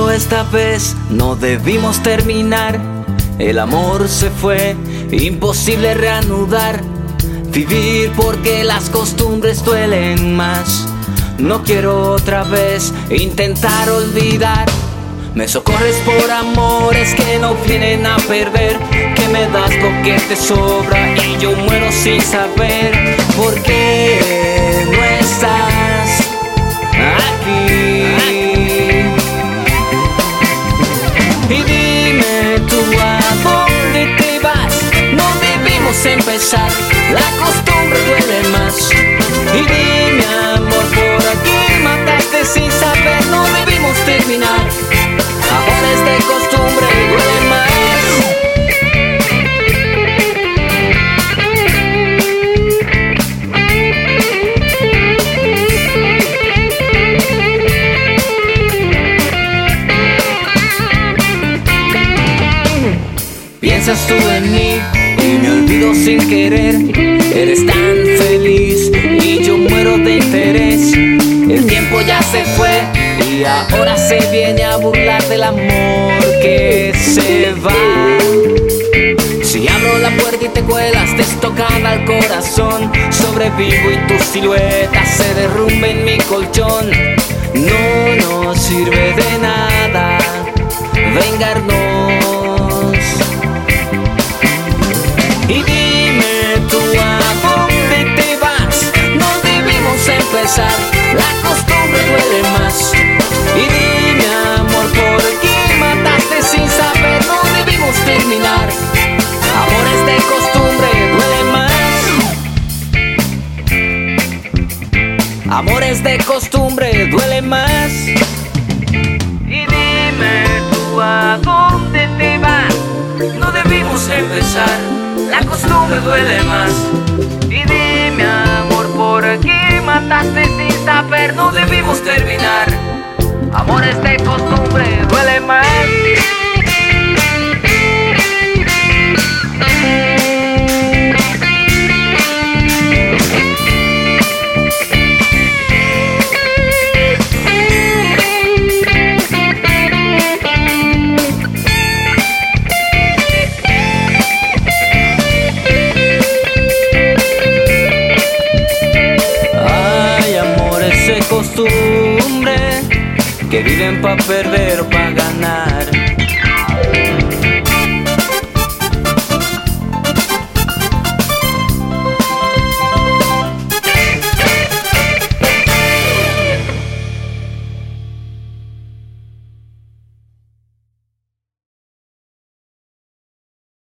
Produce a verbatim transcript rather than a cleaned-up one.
Pero esta vez no debimos terminar. El amor se fue, imposible reanudar. Vivir porque las costumbres duelen más. No quiero otra vez intentar olvidar. Me socorres por amores que no vienen a perder, que me das lo que te sobra y yo muero sin saber por qué no estás aquí. Y dime tú a dónde te vas. No debimos empezar, la costumbre duele más. Y dime amor, ¿por qué mataste sin saber? No debimos terminar. Amores de costumbre duelen más. Piensas tú en mí y me olvido sin querer. Eres tan feliz y yo muero de interés. El tiempo ya se fue y ahora se viene a burlar del amor que se va. Si abro la puerta y te cuelas, te estocada al corazón. Sobrevivo y tu silueta se derrumba en mi colchón. No nos sirve de nada vengarnos. Y dime tú a dónde te vas. No debimos empezar, la costumbre duele más. Y dime amor, ¿por qué mataste sin saber? No debimos terminar. Amores de costumbre duele más. Amores de costumbre duele más. Y dime tú a dónde te vas. No debimos empezar, la costumbre duele más. Y dime amor, ¿por qué mataste sin saber? No debimos terminar. Amores de costumbre duele más. Costumbre que viven pa' perder o pa' ganar.